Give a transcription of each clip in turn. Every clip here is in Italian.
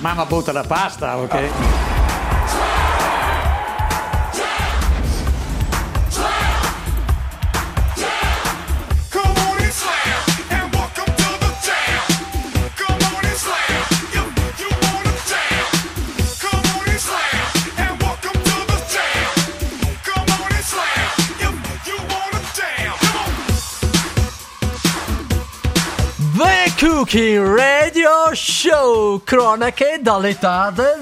Mamma butta la pasta, ok? Cooking Radio Show, cronache dall'età del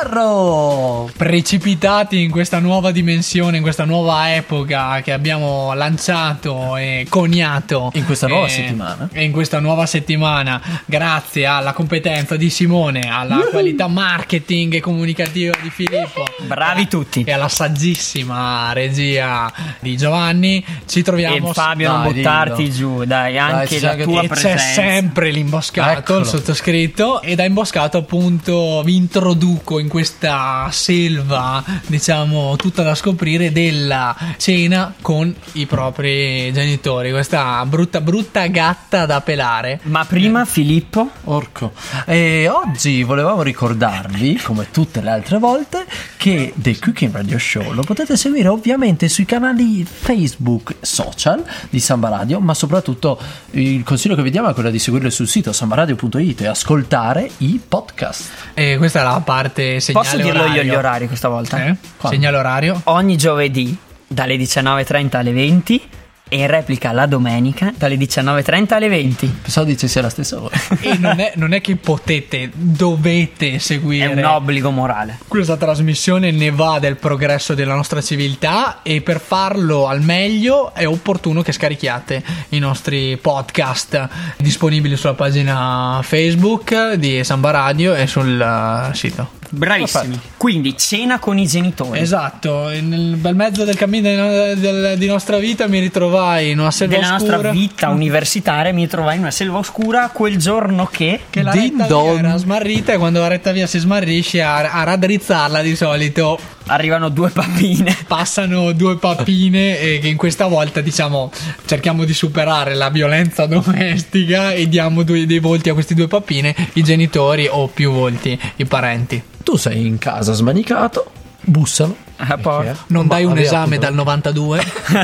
ferro. Precipitati in questa nuova dimensione, in questa nuova epoca che abbiamo lanciato e coniato in questa nuova settimana. E in questa nuova settimana, grazie alla competenza di Simone, alla qualità marketing e comunicativa di Filippo, bravi tutti, e alla saggissima regia di Giovanni, ci troviamo. E Fabio, non buttarti giù, dai, anche la tua presenza. C'è sempre l'imboscato, Eccolo. il sottoscritto, e da imboscato appunto vi introduco in questa selva, diciamo, tutta da scoprire, della cena con i propri genitori, questa brutta gatta da pelare. Ma prima Filippo, Orco. E oggi volevamo ricordarvi, come tutte le altre volte, che The Cooking Radio Show lo potete seguire ovviamente sui canali Facebook social di Samba Radio, ma soprattutto il consiglio che vi diamo è quello di seguirlo sul sito sambaradio.it e ascoltare i podcast. E questa è la parte segnale. posso dirlo orario. io gli orari questa volta? Segnale orario. Ogni giovedì dalle 19:30 alle 20 e in replica la domenica dalle 19:30 alle 20. Pensavo dicessi la stessa ora. E non è che potete, dovete seguire. È un obbligo morale. Questa trasmissione ne va del progresso della nostra civiltà, e per farlo al meglio è opportuno che scarichiate i nostri podcast disponibili sulla pagina Facebook di Samba Radio e sul sito. Bravissimi. Perfetto. Quindi cena con i genitori. Esatto, nel bel mezzo del cammino di nostra vita mi ritrovai in una selva Della oscura. nostra vita universitaria mi trovai in una selva oscura quel giorno che La retta via era smarrita, e quando la retta via si smarrisce, a raddrizzarla di solito arrivano due pappine. passano due pappine, e che in questa volta, diciamo, cerchiamo di superare la violenza domestica e diamo dei volti a questi due pappine, i genitori, o più volti i parenti. Tu sei in casa smanicato, bussano. Non dai un aveva esame appunto- dal 92?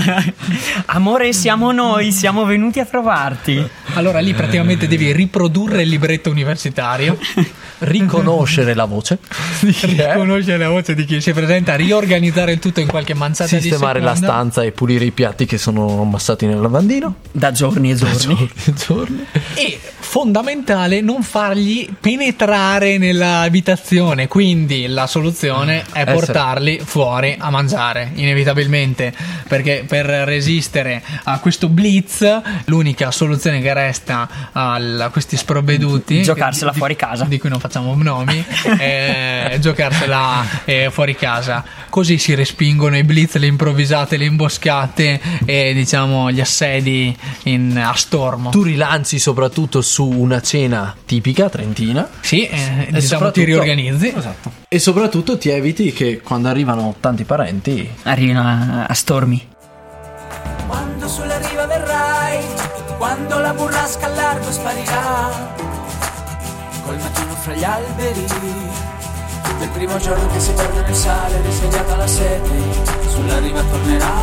Amore, siamo noi, siamo venuti a trovarti. Allora lì praticamente devi riprodurre il libretto universitario, Riconoscere la voce di chi è, riconoscere la voce di chi si presenta, riorganizzare il tutto in qualche manciata di sistemare la seconda. stanza e pulire i piatti che sono ammassati nel lavandino Da giorni e giorni. E fondamentale non fargli penetrare nell'abitazione, quindi la soluzione è portarli fuori a mangiare, inevitabilmente, perché per resistere a questo blitz l'unica soluzione che resta a questi sprovveduti, Giocarsela fuori casa, di cui non facciamo nomi, è giocarsela fuori casa. Così si respingono i blitz, le improvvisate, le imboscate e, diciamo, gli assedi a stormo. Tu rilanci soprattutto su una cena tipica trentina. Sì, E diciamo, soprattutto- ti riorganizzi. Esatto. E soprattutto ti eviti che quando arrivano tanti parenti arrivino a stormi. Quando sulla riva verrai, quando la burrasca al largo sparirà, col mattino fra gli alberi, del primo giorno che si perde nel sale, risvegliata la sete, sulla riva tornerà,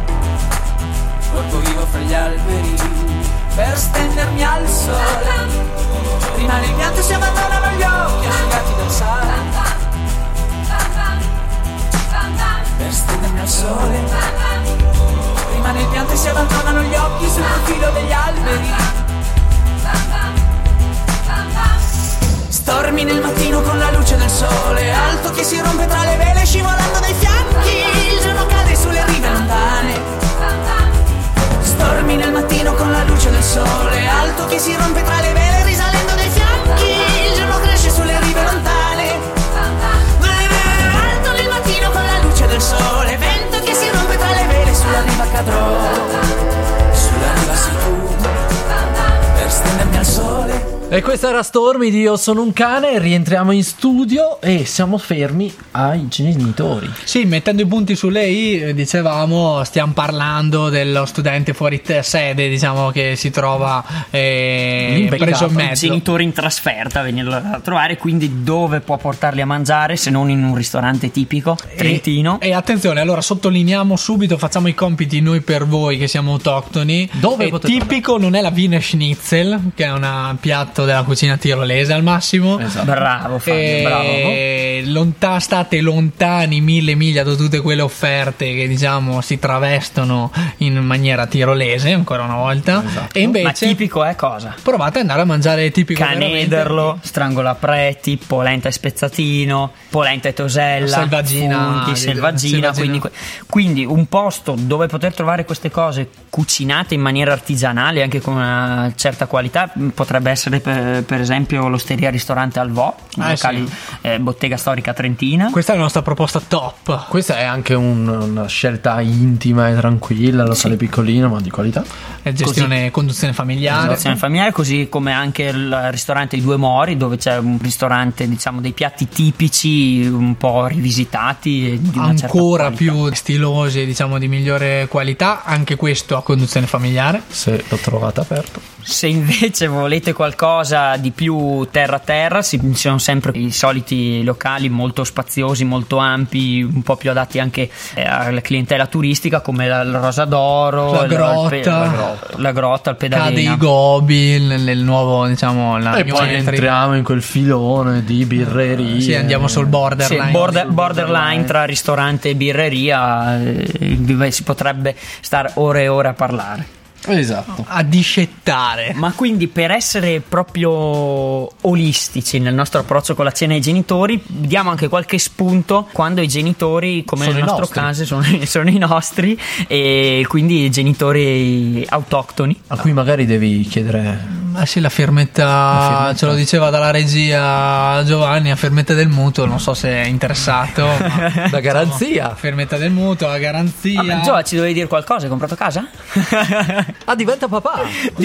corpo vivo fra gli alberi, per stendermi al sole, rimane il pianto e si abbandonano gli occhi asciugati dal sale, per stendermi al sole, rimane il pianto e si abbandonano gli occhi sul profilo degli alberi. Stormi nel mattino con la luce del sole, alto che si rompe tra le vele scivolando dai fianchi, il giorno cade sulle rive lontane. Stormi nel mattino con la luce del sole, alto che si rompe tra le vele risalendo dai fianchi, il giorno cresce sulle rive lontane. Alto nel mattino con la luce del sole, vento che si rompe tra le vele, sulla riva cadrò, sulla riva sei tu, per stendermi al sole. E questa era Stormy di Io sono un cane. Rientriamo in studio e siamo fermi ai genitori. Sì, mettendo i punti sulle i, dicevamo, stiamo parlando dello studente fuori sede, diciamo, che si trova preso in Il mezzo. genitore in trasferta, venirlo a trovare, quindi dove può portarli a mangiare se non in un ristorante tipico trentino. E attenzione, allora sottolineiamo subito, facciamo i compiti noi per voi che siamo autoctoni. Dove potete tipico non è la Wiener Schnitzel, che è un piatto della cucina tirolese al massimo. Esatto. Bravo Fabio, bravo. State lontani 1000 miglia da tutte quelle offerte che diciamo si travestono in maniera tirolese, ancora una volta. Esatto. E invece Ma tipico è cosa? provate ad andare a mangiare tipico Canederlo, strangolapreti, polenta e spezzatino, polenta e tosella, Selvaggina, funghi, selvaggina. selvaggina. Quindi un posto dove poter trovare queste cose cucinate in maniera artigianale, anche con una certa qualità, potrebbe essere per esempio l'Osteria Ristorante Alvò, locali, bottega storica trentina. Questa è la nostra proposta top. Questa è anche una scelta intima e tranquilla, locale piccolino ma di qualità. Conduzione familiare. Situazione familiare, così come anche il ristorante I Due Mori, dove c'è un ristorante, diciamo, dei piatti tipici un po' rivisitati e di una Ancora certa qualità. più stilosi, diciamo di migliore qualità, anche questo a conduzione familiare. Se l'ho trovata aperto. Se invece volete qualcosa di più terra a terra, ci sono sempre i soliti locali molto spaziosi, molto ampi, un po' più adatti anche alla clientela turistica, come la Rosa d'Oro, la grotta, il Pedalena. Cade i Gobi nel nuovo, diciamo, la E new poi entry. entriamo in quel filone di birrerie. Sì, andiamo sul borderline. Sì, borderline tra ristorante e birreria, dove si potrebbe stare ore e ore a parlare. Esatto. A discettare. Ma quindi, per essere proprio olistici nel nostro approccio con la cena ai genitori, diamo anche qualche spunto quando i genitori, come Sono nel i nostro nostri. caso, sono i nostri, e quindi i genitori autoctoni. A cui magari devi chiedere. Ah sì, la firmetta, ce lo diceva dalla regia Giovanni, la firmetta del mutuo, non so se è interessato. Ma, La garanzia. firmetta del mutuo, la garanzia. Vabbè, Gio, ci dovevi dire qualcosa? Hai comprato casa? Ah, diventa papà.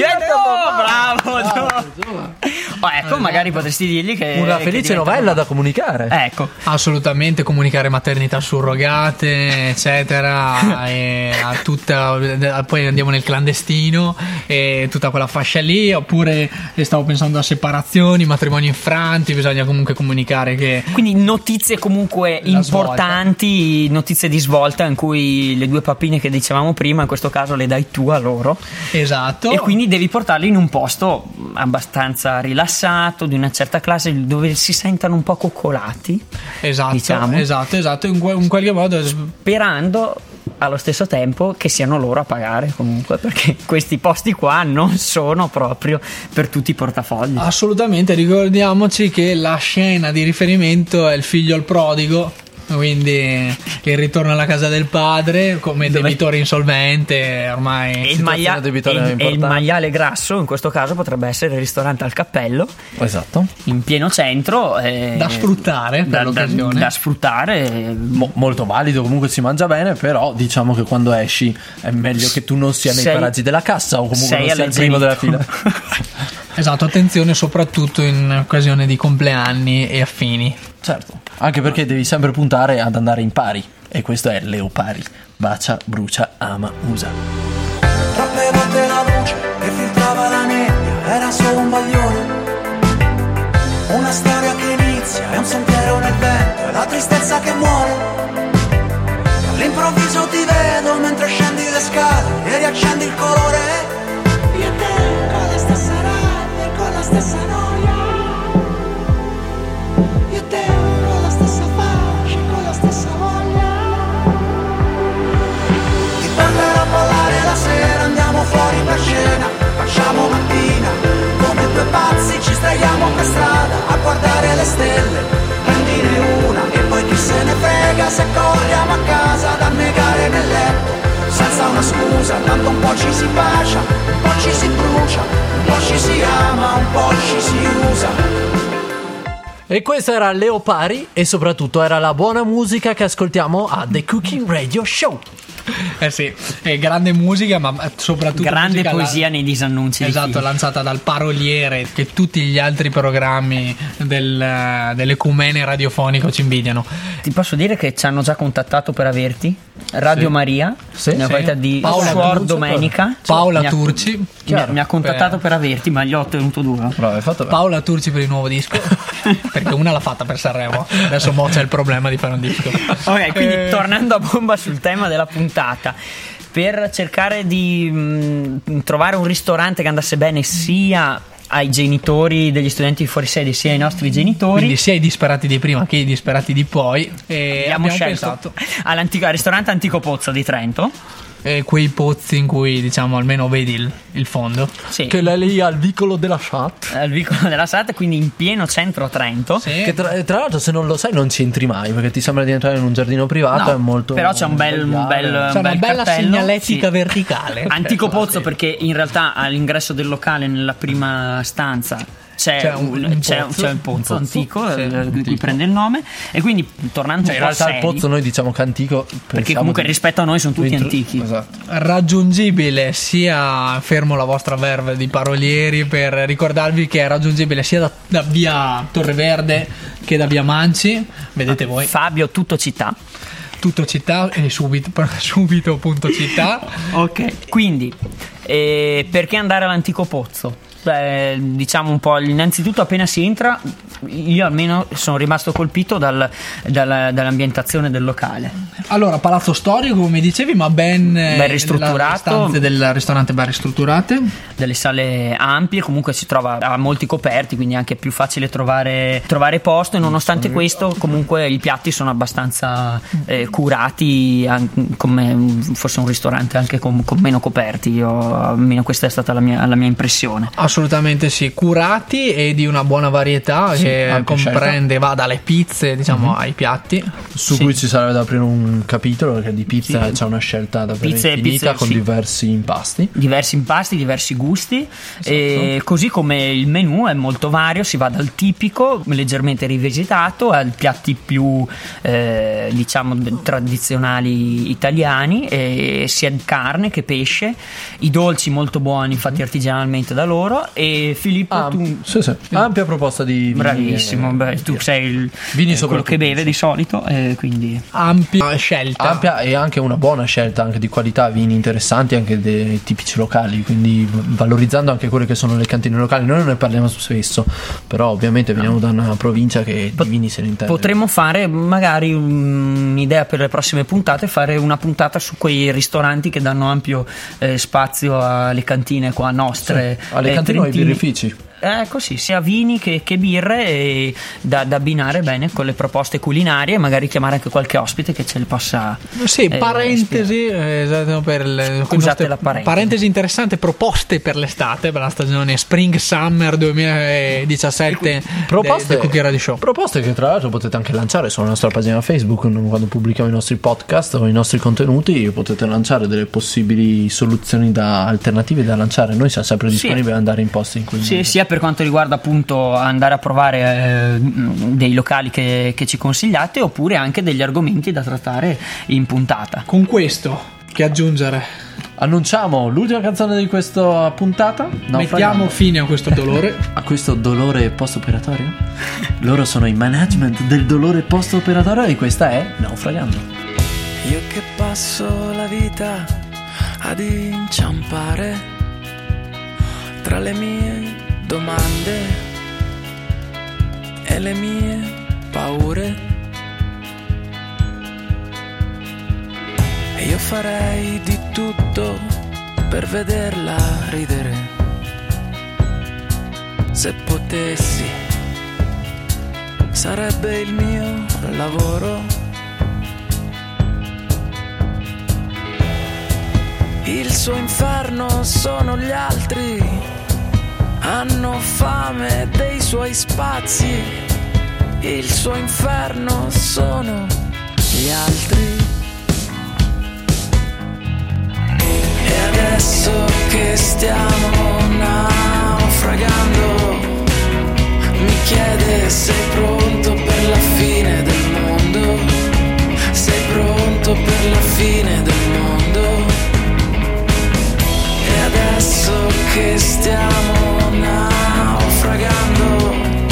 Bravo Gio. Ecco, magari potresti dirgli che Una che felice diventa novella papà. da comunicare. Ecco. Assolutamente, comunicare maternità surrogate, eccetera, e a tutta, poi andiamo nel clandestino e tutta quella fascia lì, oppure stavo pensando a separazioni, matrimoni infranti, bisogna comunque comunicare che Quindi notizie comunque La importanti, notizie di svolta in cui le due papine che dicevamo prima, in questo caso le dai tu a loro. esatto. E quindi devi portarli in un posto abbastanza rilassato, di una certa classe, dove si sentano un po' coccolati, esatto, diciamo. esatto, in qualche modo sperando allo stesso tempo che siano loro a pagare comunque, perché questi posti qua non sono proprio per tutti i portafogli. assolutamente, ricordiamoci che la scena di riferimento è il figlio al prodigo, quindi il ritorno alla casa del padre come debitore insolvente ormai. E il, situazione debitoria e il importante. maiale grasso in questo caso potrebbe essere il ristorante al cappello Esatto. in pieno centro, Da sfruttare per l'occasione. da sfruttare. Molto valido, comunque si mangia bene, però diciamo che quando esci è meglio che tu non sia nei Sei- paraggi della cassa o comunque sei non sia il primo della fila. alleggerito. Esatto, attenzione soprattutto in occasione di compleanni e affini. Certo, anche perché devi sempre puntare ad andare in pari, e questo è Leopari. Bacia, brucia, ama, usa. Troppe volte la luce che filtrava la nebbia era solo un bagliore. Una storia che inizia, è un sentiero nel vento, è la tristezza che muore. E all'improvviso ti vedo mentre scendi le scale e riaccendi il colore. Io e te con la stessa rabbia e con la stessa noia. Io e te con la stessa faccia e con la stessa voglia. Ti porterò a ballare la sera, andiamo fuori per cena, facciamo mattina, come due pazzi ci sdraiamo per strada a guardare le stelle, prendine una e poi chi se ne frega se corriamo a casa da annegare nel letto, senza una scusa, tanto un po' ci si bacia, un po' ci si brucia, un po' ci si ama, un po' ci si usa. E questo era Leopari e soprattutto era la buona musica che ascoltiamo a The Cooking Radio Show. Sì, è grande musica, ma soprattutto grande poesia nei disannunci. Esatto, lanciata dal paroliere che tutti gli altri programmi dell'ecumene radiofonico ci invidiano. Ti posso dire che ci hanno già contattato per averti. Radio Maria, nella qualità di Suor Domenica. Paola Turci mi ha contattato per averti, ma gli ho ottenuto 2. Bravo, hai fatto bene. Paola Turci per il nuovo disco, perché una l'ha fatta per Sanremo, adesso c'è il problema di fare un disco. Ok, quindi tornando a bomba sul tema della puntata, per cercare di trovare un ristorante che andasse bene sia ai genitori degli studenti fuori sede sia ai nostri genitori, quindi sia i disperati di prima che i disperati di poi, abbiamo scelto al ristorante Antico Pozzo di Trento. Quei pozzi in cui diciamo almeno vedi il fondo, sì. Che è lì al vicolo della SAT. Al vicolo della SAT, quindi in pieno centro Trento, sì. Che tra l'altro, se non lo sai, non ci entri mai perché ti sembra di entrare in un giardino privato. No, è molto, però c'è un bel c'è una bella cartello, segnaletica sì. Verticale. Antico Pozzo, perché in realtà all'ingresso del locale, nella prima stanza, c'è il pozzo antico, di cui prende il nome, e quindi tornando un in po' realtà seri, il pozzo noi diciamo che antico perché comunque rispetto a noi sono tutti antichi. Esatto. Raggiungibile sia, fermo la vostra verve di parolieri per ricordarvi che è raggiungibile sia da via Torreverde che da via Manci, vedete voi. Fabio, tutto città e subito.città. Ok, quindi perché andare all'Antico Pozzo? Beh, diciamo un po', innanzitutto appena si entra, io almeno sono rimasto colpito dall'ambientazione del locale. Allora, palazzo storico come dicevi, ma ben ristrutturato, le stanze del ristorante ben ristrutturate, delle sale ampie, comunque si trova a molti coperti, quindi è anche più facile trovare posto, e nonostante questo comunque i piatti sono abbastanza curati, come forse un ristorante anche con meno coperti. Almeno questa è stata la mia impressione. Assolutamente sì, curati e di una buona varietà, sì, che comprende, va dalle pizze diciamo ai piatti, su cui ci sarebbe da aprire un capitolo, perché di pizza c'è una scelta davvero infinita, con diversi impasti, diversi gusti, e così come il menù è molto vario, si va dal tipico leggermente rivisitato a piatti più diciamo tradizionali italiani, sia di carne che pesce, i dolci molto buoni fatti artigianalmente da loro. E Filippo, tu ampia proposta di vini. Bravissimo, tu sei quello che beve di solito, quindi ampia scelta, ampia, e anche una buona scelta anche di qualità, vini interessanti anche dei tipici locali, quindi valorizzando anche quelle che sono le cantine locali. Noi non ne parliamo spesso, però ovviamente veniamo da una provincia che di vini se ne intende. Potremmo fare magari un'idea per le prossime puntate, fare una puntata su quei ristoranti che danno ampio spazio alle cantine qua nostre, alle cantine o ai birrifici. Così, sia vini che birre, e da abbinare bene con le proposte culinarie, e magari chiamare anche qualche ospite che ce le possa. Sì, parentesi, per scusate la parentesi interessante, proposte per l'estate, per la stagione Spring Summer 2017 del Cooking Radio Show. Proposte che tra l'altro potete anche lanciare sulla nostra pagina Facebook, quando pubblichiamo i nostri podcast o i nostri contenuti, potete lanciare delle possibili soluzioni alternative da lanciare. Noi siamo sempre disponibili ad andare in posti in cui sia per quanto riguarda appunto andare a provare dei locali che ci consigliate, oppure anche degli argomenti da trattare in puntata. Con questo, che aggiungere? Annunciamo l'ultima canzone di questa puntata. Mettiamo fine a questo dolore. A questo dolore post-operatorio. Loro sono i management del dolore post-operatorio, e questa è Naufragando. Io che passo la vita ad inciampare tra le mie domande e le mie paure, e io farei di tutto per vederla ridere. Se potessi, sarebbe il mio lavoro. Il suo inferno sono gli altri, hanno fame dei suoi spazi. Il suo inferno sono gli altri. E adesso che stiamo naufragando, mi chiede se sei pronto che stiamo naufragando.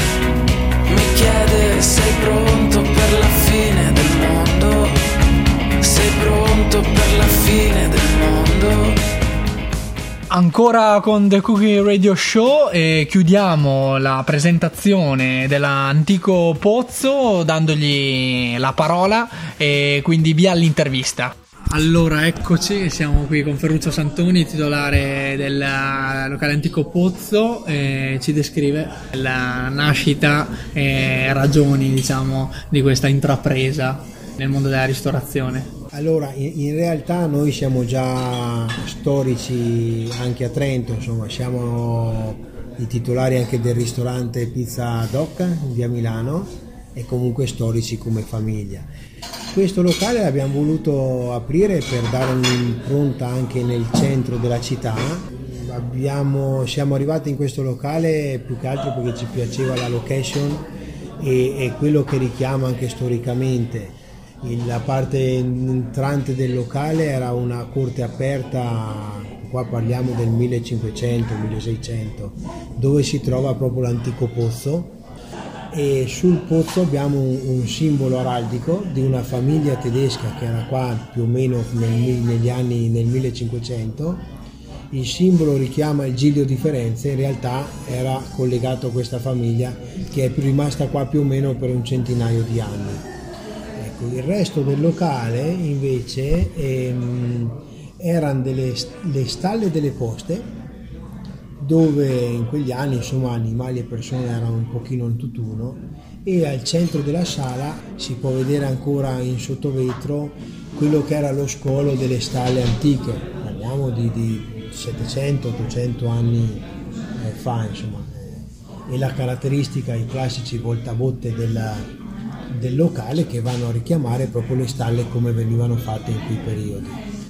Mi chiede: sei pronto per la fine del mondo? Sei pronto per la fine del mondo? Ancora con The Cooking Radio Show e chiudiamo la presentazione dell'antico pozzo dandogli la parola e quindi via all'intervista. Allora, eccoci, siamo qui con Ferruccio Santoni, titolare del locale Antico Pozzo, ci descrive la nascita e ragioni, diciamo, di questa intrapresa nel mondo della ristorazione. Allora, in realtà noi siamo già storici anche a Trento, insomma, siamo i titolari anche del ristorante Pizza Doc in via Milano e comunque storici come famiglia. Questo locale l'abbiamo voluto aprire per dare un'impronta anche nel centro della città. Siamo arrivati in questo locale più che altro perché ci piaceva la location e quello che richiama anche storicamente. La parte entrante del locale era una corte aperta, qua parliamo del 1500-1600, dove si trova proprio l'antico pozzo, e sul pozzo abbiamo un simbolo araldico di una famiglia tedesca che era qua più o meno negli anni nel 1500. Il simbolo richiama il Giglio di Firenze, in realtà era collegato a questa famiglia che è rimasta qua più o meno per un centinaio di anni. Il resto del locale invece erano le stalle delle poste, dove in quegli anni insomma animali e persone erano un pochino in tutt'uno, e al centro della sala si può vedere ancora in sottovetro quello che era lo scolo delle stalle antiche, parliamo di 700-800 anni fa, insomma, e la caratteristica, i classici voltabotte del locale che vanno a richiamare proprio le stalle come venivano fatte in quei periodi.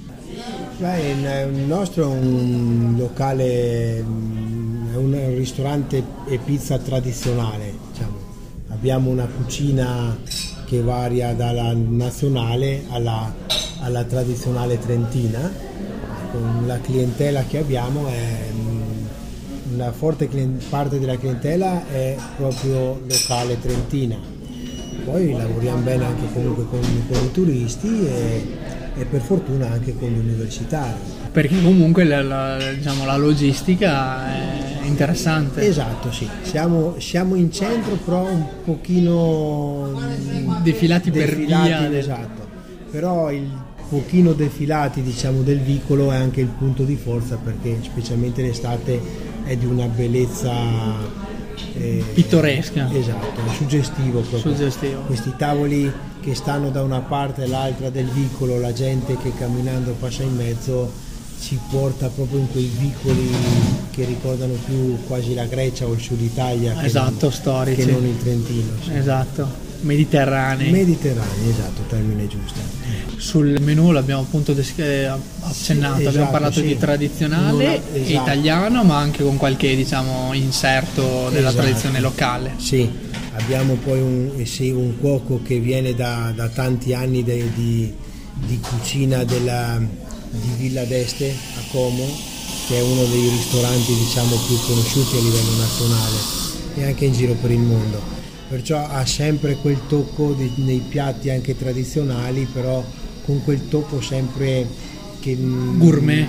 Il nostro è un locale, è un ristorante e pizza tradizionale, diciamo. Abbiamo una cucina che varia dalla nazionale alla tradizionale trentina. La clientela che abbiamo è una forte parte della clientela è proprio locale trentina. Poi lavoriamo bene anche comunque con i turisti e per fortuna anche con gli universitari. Perché comunque diciamo, la logistica è interessante. Esatto, sì. Siamo in centro però un pochino defilati per via. Esatto. Però il pochino defilati, diciamo, del vicolo è anche il punto di forza, perché specialmente l'estate è di una bellezza pittoresca. Esatto, è suggestivo proprio. Questi tavoli che stanno da una parte e l'altra del vicolo, la gente che camminando passa in mezzo ci porta proprio in quei vicoli che ricordano più quasi la Grecia o il sud Italia, esatto, storici, che non il Trentino, sì. Esatto, mediterranei, esatto, termine giusto. Sul menù l'abbiamo appunto accennato, esatto, abbiamo parlato sì, di tradizionale italiano, ma anche con qualche, diciamo, inserto della tradizione locale. Sì, abbiamo poi un cuoco che viene da tanti anni di cucina di Villa d'Este a Como, che è uno dei ristoranti, diciamo, più conosciuti a livello nazionale e anche in giro per il mondo. Perciò ha sempre quel tocco nei piatti anche tradizionali, però con quel tocco sempre che gourmet,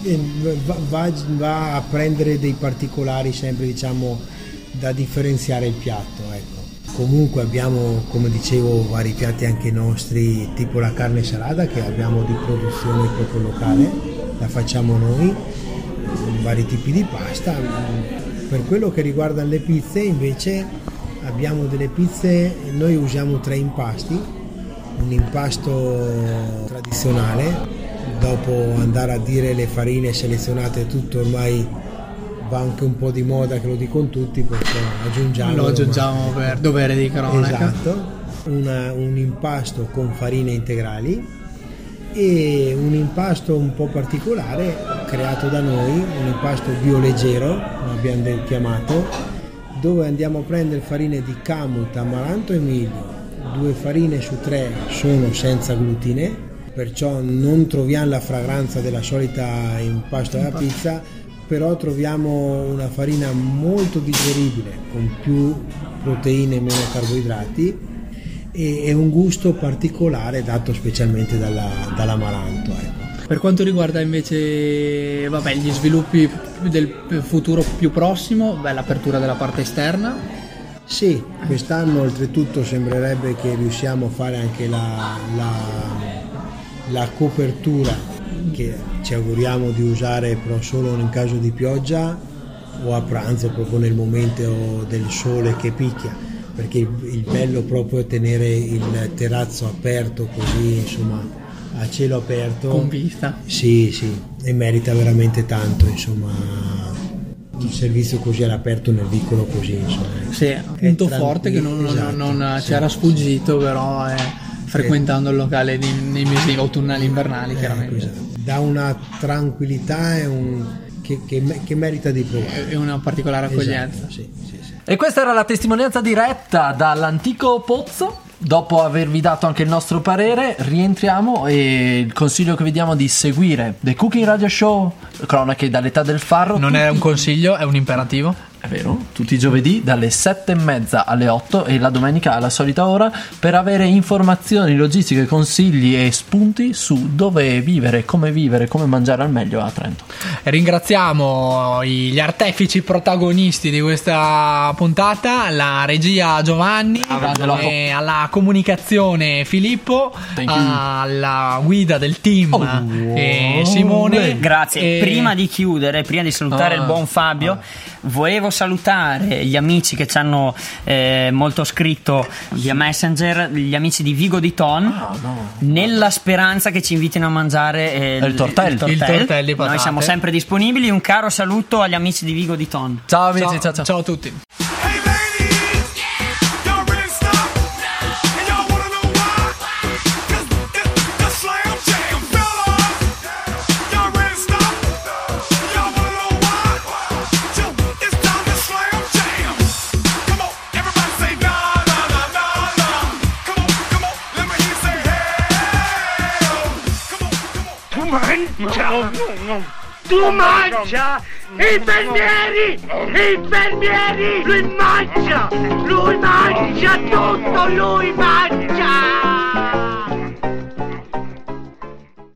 va a prendere dei particolari sempre, diciamo, da differenziare il piatto, ecco. Comunque abbiamo, come dicevo, vari piatti anche nostri, tipo la carne salata che abbiamo di produzione proprio locale, la facciamo noi, vari tipi di pasta. Per quello che riguarda le pizze invece abbiamo delle pizze, noi usiamo 3 impasti, un impasto tradizionale, dopo andare a dire le farine selezionate tutto ormai va anche un po' di moda che lo dicono tutti, perciò lo aggiungiamo per dovere di cronaca. Esatto, un impasto con farine integrali e un impasto un po' particolare creato da noi, un impasto bioleggero, lo abbiamo chiamato, dove andiamo a prendere farine di camut, amaranto e miglio. 2 farine su 3 sono senza glutine, perciò non troviamo la fragranza della solita impasto della pizza, però troviamo una farina molto digeribile, con più proteine e meno carboidrati, e un gusto particolare dato specialmente dall'amaranto, ecco. Per quanto riguarda invece gli sviluppi del futuro più prossimo, l'apertura della parte esterna. Sì, quest'anno oltretutto sembrerebbe che riusciamo a fare anche la copertura, che ci auguriamo di usare però solo in caso di pioggia o a pranzo, proprio nel momento del sole che picchia, perché il bello proprio è tenere il terrazzo aperto, così insomma a cielo aperto, con vista. Sì, e merita veramente tanto, insomma, il servizio così all'aperto nel vicolo, così insomma. Sì, punto forte che non c'era sfuggito, però frequentando il locale nei mesi autunnali invernali, chiaramente. Esatto. Dà una tranquillità che merita di provare. È una particolare accoglienza. Esatto, sì. E questa era la testimonianza diretta dall'antico pozzo. Dopo avervi dato anche il nostro parere, rientriamo, e il consiglio che vi diamo è di seguire The Cooking Radio Show, cronache dall'età del farro. Non è un consiglio, è un imperativo. È vero, tutti i giovedì dalle 7:30 alle 8 e la domenica alla solita ora, per avere informazioni, logistiche, consigli e spunti su dove vivere, come mangiare al meglio a Trento. Ringraziamo gli artefici protagonisti di questa puntata, la regia Giovanni, e alla comunicazione Filippo, alla guida del team Simone. Grazie. Prima di chiudere, prima di salutare il buon Fabio, volevo salutare gli amici che ci hanno molto scritto via Messenger, gli amici di Vigo di Ton, nella speranza che ci invitino a mangiare il tortello. Il tortelli patate. Noi siamo sempre disponibili. Un caro saluto agli amici di Vigo di Ton. Ciao amici, ciao. Ciao a tutti. Tu mangia! Infermieri! Lui mangia tutto, lui mangia!